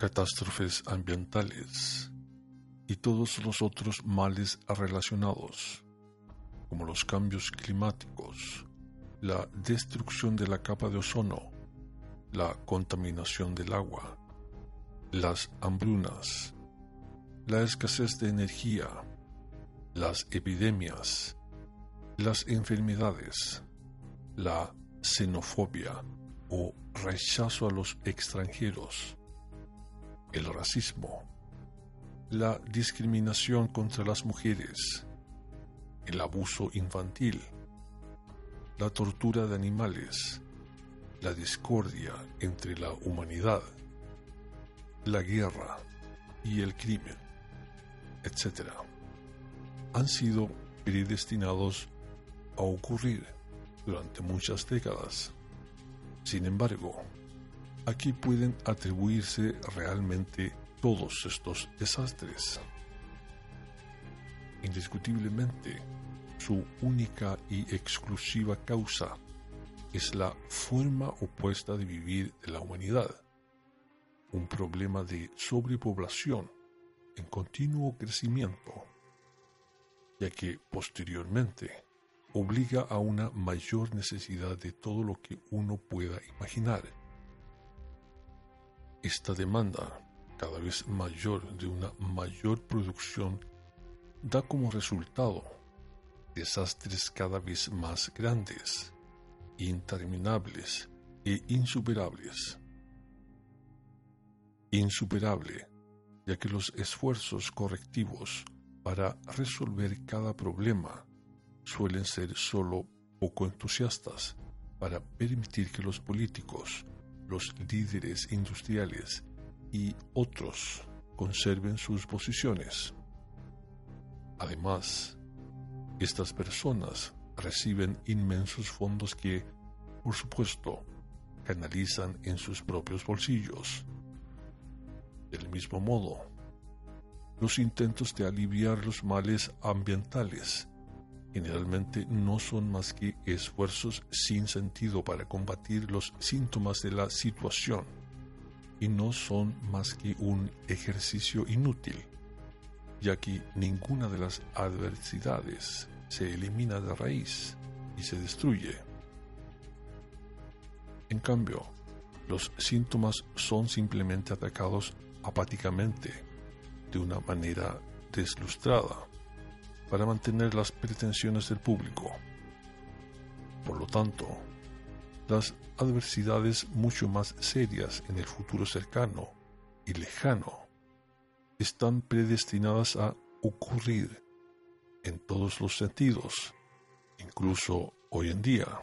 catástrofes ambientales y todos los otros males relacionados, como los cambios climáticos, la destrucción de la capa de ozono, la contaminación del agua, las hambrunas, la escasez de energía, las epidemias, las enfermedades, la xenofobia o rechazo a los extranjeros, el racismo, la discriminación contra las mujeres, el abuso infantil, la tortura de animales, la discordia entre la humanidad, la guerra y el crimen, etc., han sido predestinados a ocurrir durante muchas décadas. Sin embargo, aquí pueden atribuirse realmente todos estos desastres. Indiscutiblemente, su única y exclusiva causa es la forma opuesta de vivir de la humanidad, un problema de sobrepoblación en continuo crecimiento, ya que posteriormente obliga a una mayor necesidad de todo lo que uno pueda imaginar. Esta demanda, cada vez mayor de una mayor producción, da como resultado desastres cada vez más grandes, interminables e insuperables. Insuperable, ya que los esfuerzos correctivos para resolver cada problema suelen ser solo poco entusiastas para permitir que los políticos, los líderes industriales y otros conserven sus posiciones. Además, estas personas reciben inmensos fondos que, por supuesto, canalizan en sus propios bolsillos. Del mismo modo, los intentos de aliviar los males ambientales generalmente no son más que esfuerzos sin sentido para combatir los síntomas de la situación y no son más que un ejercicio inútil, ya que ninguna de las adversidades se elimina de raíz y se destruye. En cambio, los síntomas son simplemente atacados apáticamente, de una manera deslustrada, para mantener las pretensiones del público. Por lo tanto, las adversidades mucho más serias en el futuro cercano y lejano están predestinadas a ocurrir en todos los sentidos, incluso hoy en día.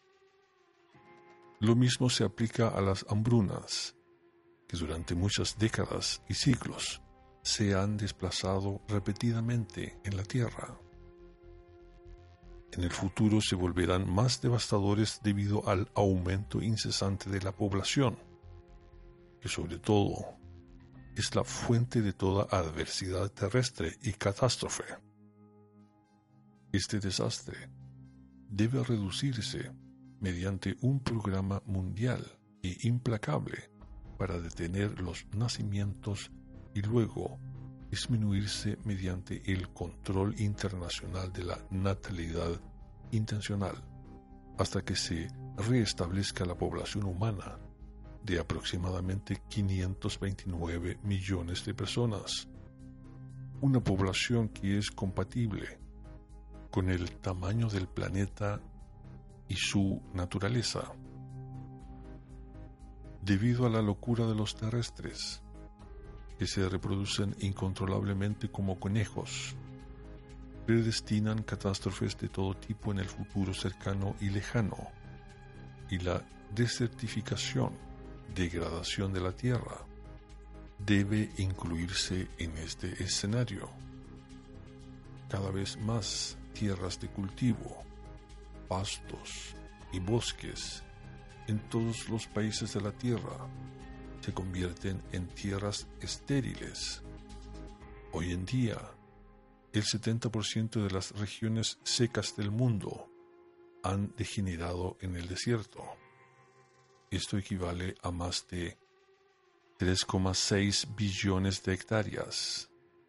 Lo mismo se aplica a las hambrunas, que durante muchas décadas y siglos se han desplazado repetidamente en la Tierra. En el futuro se volverán más devastadores debido al aumento incesante de la población, que sobre todo es la fuente de toda adversidad terrestre y catástrofe. Este desastre debe reducirse mediante un programa mundial e implacable para detener los nacimientos y luego disminuirse mediante el control internacional de la natalidad intencional, hasta que se reestablezca la población humana de aproximadamente 529 millones de personas, una población que es compatible con el tamaño del planeta y su naturaleza. Debido a la locura de los terrestres, que se reproducen incontrolablemente como conejos, predestinan catástrofes de todo tipo en el futuro cercano y lejano, y la desertificación, degradación de la tierra, debe incluirse en este escenario. Cada vez más tierras de cultivo, pastos y bosques en todos los países de la tierra se convierten en tierras estériles. Hoy en día, el 70% de las regiones secas del mundo han degenerado en el desierto. Esto equivale a más de 3,6 billones de hectáreas,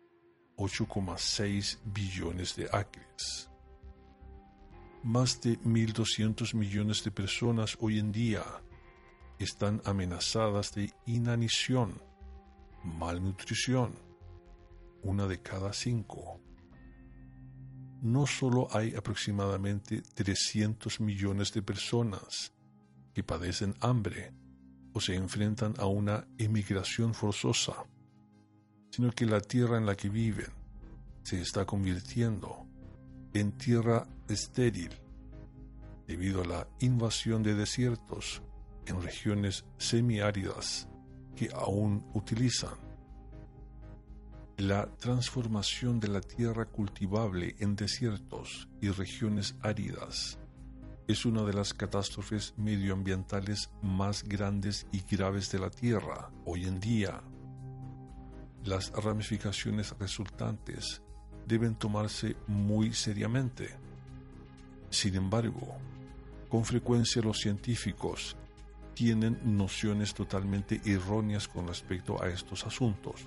8,6 billones de acres. Más de 1.200 millones de personas hoy en día están amenazadas de inanición, malnutrición, 1 de cada 5. No solo hay aproximadamente 300 millones de personas que padecen hambre o se enfrentan a una emigración forzosa, sino que la tierra en la que viven se está convirtiendo en tierra estéril debido a la invasión de desiertos en regiones semiáridas que aún utilizan. La transformación de la tierra cultivable en desiertos y regiones áridas es una de las catástrofes medioambientales más grandes y graves de la Tierra hoy en día. Las ramificaciones resultantes deben tomarse muy seriamente. Sin embargo, con frecuencia los científicos tienen nociones totalmente erróneas con respecto a estos asuntos.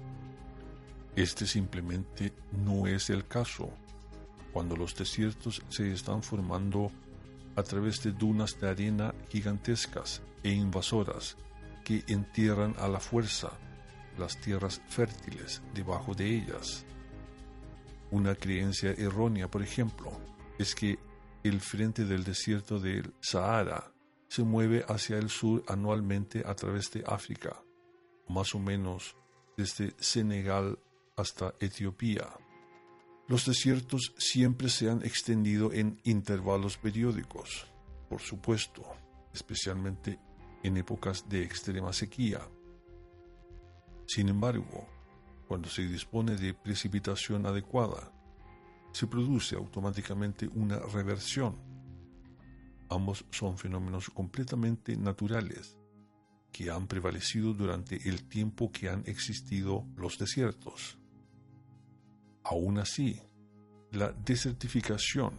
Este simplemente no es el caso. Cuando los desiertos se están formando a través de dunas de arena gigantescas e invasoras que entierran a la fuerza las tierras fértiles debajo de ellas. Una creencia errónea, por ejemplo, es que el frente del desierto del Sahara se mueve hacia el sur anualmente a través de África, más o menos desde Senegal hasta Etiopía. Los desiertos siempre se han extendido en intervalos periódicos, por supuesto, especialmente en épocas de extrema sequía. Sin embargo, cuando se dispone de precipitación adecuada, se produce automáticamente una reversión. Ambos son fenómenos completamente naturales que han prevalecido durante el tiempo que han existido los desiertos. Aún así, la desertificación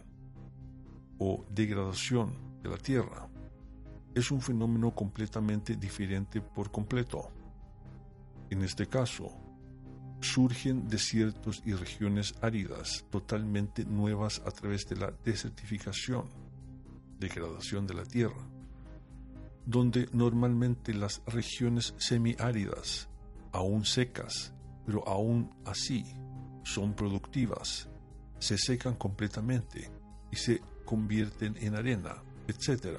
o degradación de la tierra es un fenómeno completamente diferente por completo. En este caso, surgen desiertos y regiones áridas totalmente nuevas a través de la desertificación, degradación de la tierra, donde normalmente las regiones semiáridas, aún secas, pero aún así son productivas, se secan completamente y se convierten en arena, etc.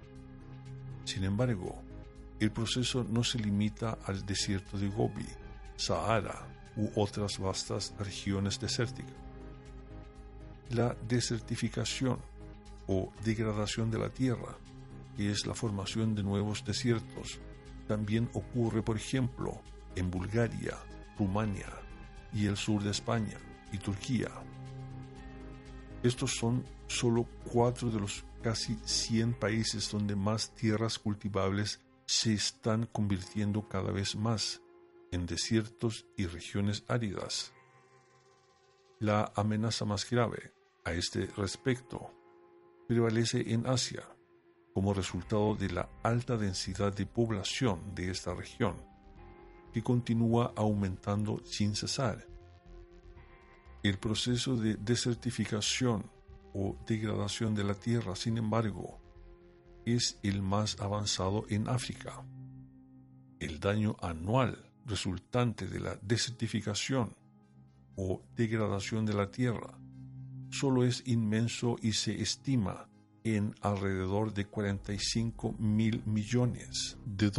Sin embargo, el proceso no se limita al desierto de Gobi, Sahara u otras vastas regiones desérticas. La desertificación o degradación de la tierra, que es la formación de nuevos desiertos, también ocurre, por ejemplo, en Bulgaria, Rumania y el sur de España y Turquía. Estos son solo 4 de los casi 100 países donde más tierras cultivables se están convirtiendo cada vez más en desiertos y regiones áridas. La amenaza más grave a este respecto prevalece en Asia como resultado de la alta densidad de población de esta región, que continúa aumentando sin cesar. El proceso de desertificación o degradación de la tierra, sin embargo, es el más avanzado en África. El daño anual resultante de la desertificación o degradación de la tierra solo es inmenso y se estima en alrededor de $45,000 millones.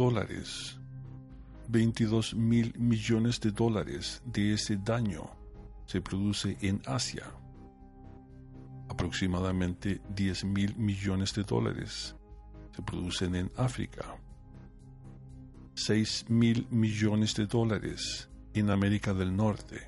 22,000 millones de dólares de ese daño se produce en Asia. Aproximadamente 10,000 millones de dólares se producen en África. 6,000 millones de dólares en América del Norte.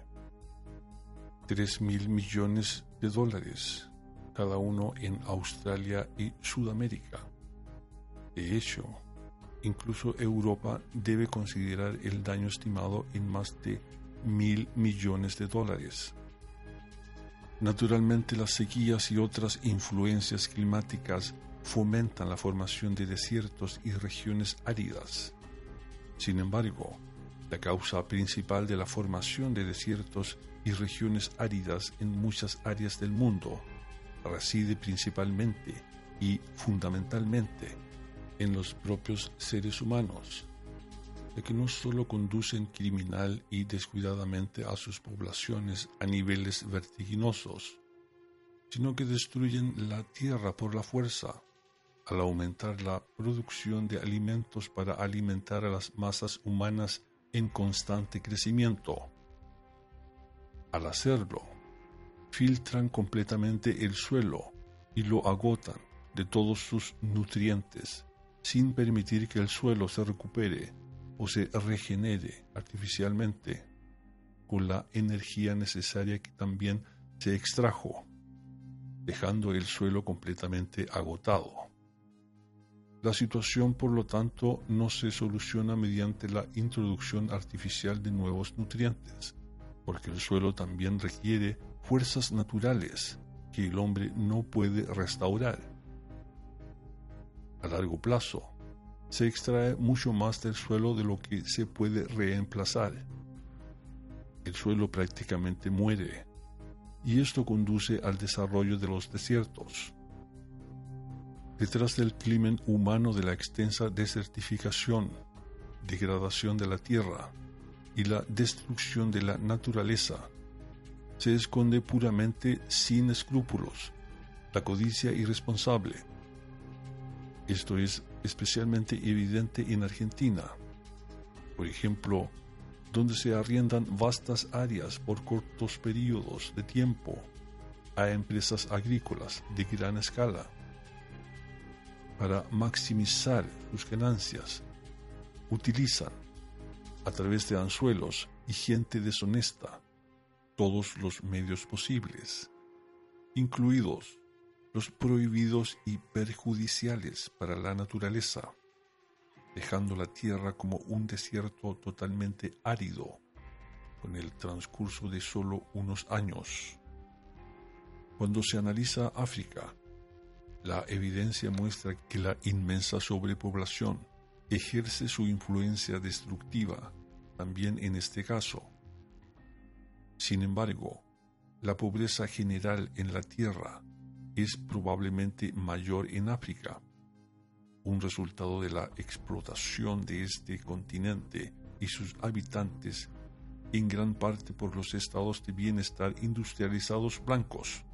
3,000 millones de dólares cada uno en Australia y Sudamérica. De hecho, incluso Europa debe considerar el daño estimado en más de 1,000 millones de dólares. Naturalmente, las sequías y otras influencias climáticas fomentan la formación de desiertos y regiones áridas. Sin embargo, la causa principal de la formación de desiertos y regiones áridas en muchas áreas del mundo reside principalmente y fundamentalmente en los propios seres humanos, de que no solo conducen criminal y descuidadamente a sus poblaciones a niveles vertiginosos, sino que destruyen la tierra por la fuerza, al aumentar la producción de alimentos para alimentar a las masas humanas en constante crecimiento. Al hacerlo, filtran completamente el suelo y lo agotan de todos sus nutrientes, sin permitir que el suelo se recupere o se regenere artificialmente con la energía necesaria que también se extrajo, dejando el suelo completamente agotado. La situación, por lo tanto, no se soluciona mediante la introducción artificial de nuevos nutrientes, porque el suelo también requiere fuerzas naturales que el hombre no puede restaurar. A largo plazo, se extrae mucho más del suelo de lo que se puede reemplazar. El suelo prácticamente muere, y esto conduce al desarrollo de los desiertos. Detrás del crimen humano de la extensa desertificación, degradación de la tierra y la destrucción de la naturaleza, se esconde puramente sin escrúpulos la codicia irresponsable. Esto es especialmente evidente en Argentina, por ejemplo, donde se arriendan vastas áreas por cortos periodos de tiempo a empresas agrícolas de gran escala. Para maximizar sus ganancias, utilizan, a través de anzuelos y gente deshonesta, todos los medios posibles, incluidos los prohibidos y perjudiciales para la naturaleza, dejando la tierra como un desierto totalmente árido con el transcurso de solo unos años. Cuando se analiza África, la evidencia muestra que la inmensa sobrepoblación ejerce su influencia destructiva también en este caso. Sin embargo, la pobreza general en la tierra es probablemente mayor en África, un resultado de la explotación de este continente y sus habitantes en gran parte por los estados de bienestar industrializados blancos.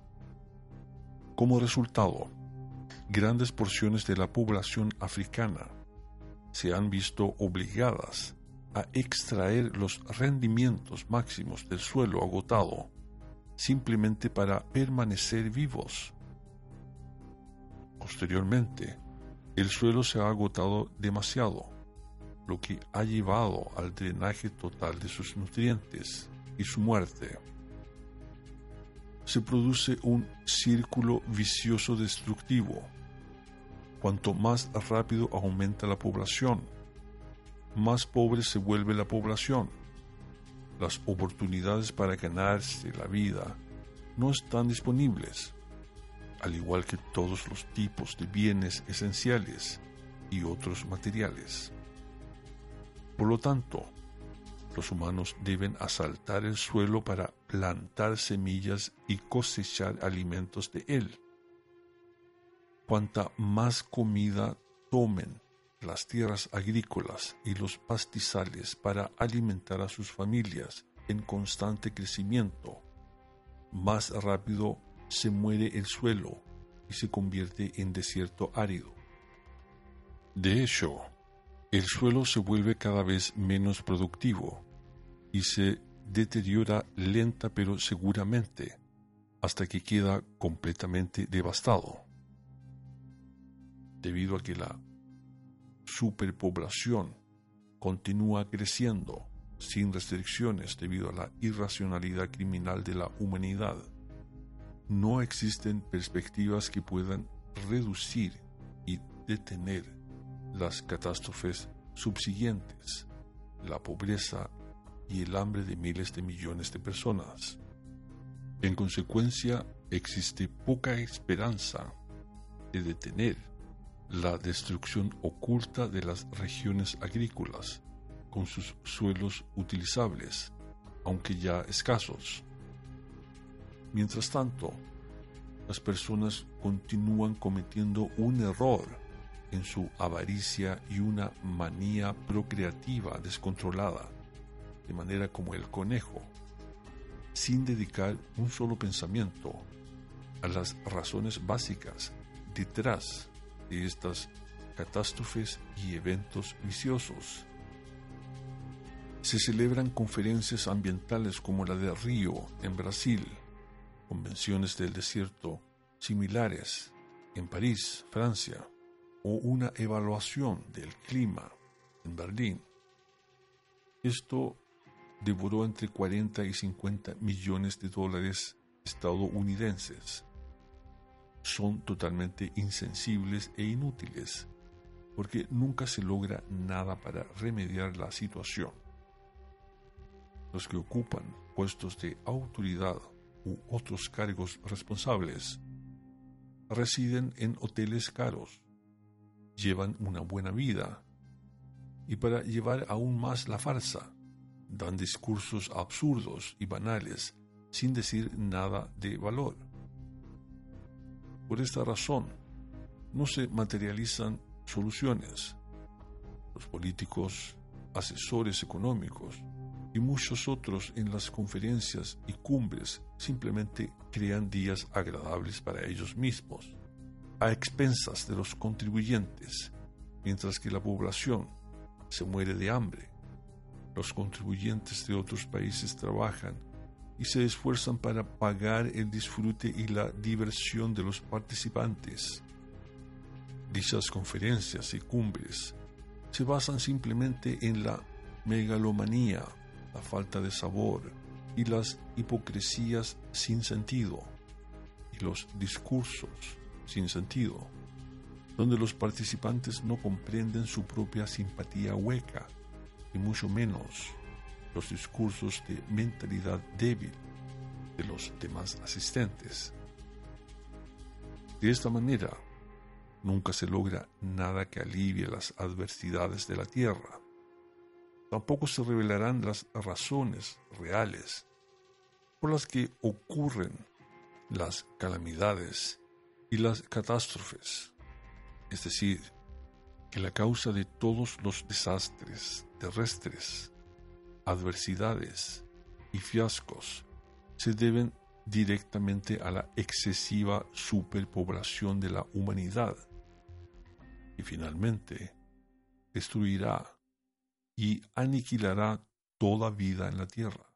Como resultado, grandes porciones de la población africana se han visto obligadas a extraer los rendimientos máximos del suelo agotado simplemente para permanecer vivos. Posteriormente, el suelo se ha agotado demasiado, lo que ha llevado al drenaje total de sus nutrientes y su muerte. Se produce un círculo vicioso destructivo. Cuanto más rápido aumenta la población, más pobre se vuelve la población. Las oportunidades para ganarse la vida no están disponibles, al igual que todos los tipos de bienes esenciales y otros materiales. Por lo tanto, los humanos deben asaltar el suelo para plantar semillas y cosechar alimentos de él. Cuanta más comida tomen las tierras agrícolas y los pastizales para alimentar a sus familias en constante crecimiento, más rápido se muere el suelo y se convierte en desierto árido. De hecho, el suelo se vuelve cada vez menos productivo y se deteriora lenta pero seguramente hasta que queda completamente devastado. Debido a que la superpoblación continúa creciendo sin restricciones debido a la irracionalidad criminal de la humanidad, no existen perspectivas que puedan reducir y detener las catástrofes subsiguientes, la pobreza y el hambre de miles de millones de personas. En consecuencia, existe poca esperanza de detener la destrucción oculta de las regiones agrícolas con sus suelos utilizables, aunque ya escasos. Mientras tanto, las personas continúan cometiendo un error en su avaricia y una manía procreativa descontrolada, de manera como el conejo, sin dedicar un solo pensamiento a las razones básicas detrás de estas catástrofes y eventos viciosos. Se celebran conferencias ambientales como la de Río en Brasil, convenciones del desierto similares en París, Francia, o una evaluación del clima en Berlín. Esto devoró entre 40 y 50 millones de dólares estadounidenses. Son totalmente insensibles e inútiles, porque nunca se logra nada para remediar la situación. Los que ocupan puestos de autoridad u otros cargos responsables residen en hoteles caros, llevan una buena vida y, para llevar aún más la farsa, dan discursos absurdos y banales sin decir nada de valor. Por esta razón, no se materializan soluciones. Los políticos, asesores económicos y muchos otros en las conferencias y cumbres simplemente crean días agradables para ellos mismos, a expensas de los contribuyentes, mientras que la población se muere de hambre. Los contribuyentes de otros países trabajan y se esfuerzan para pagar el disfrute y la diversión de los participantes. Dichas conferencias y cumbres se basan simplemente en la megalomanía, la falta de sabor y las hipocresías sin sentido, y los discursos sin sentido, donde los participantes no comprenden su propia simpatía hueca, y mucho menos los discursos de mentalidad débil de los demás asistentes. De esta manera, nunca se logra nada que alivie las adversidades de la tierra. Tampoco se revelarán las razones reales por las que ocurren las calamidades y las catástrofes, es decir, que la causa de todos los desastres terrestres, adversidades y fiascos se deben directamente a la excesiva superpoblación de la humanidad, y finalmente destruirá y aniquilará toda vida en la tierra.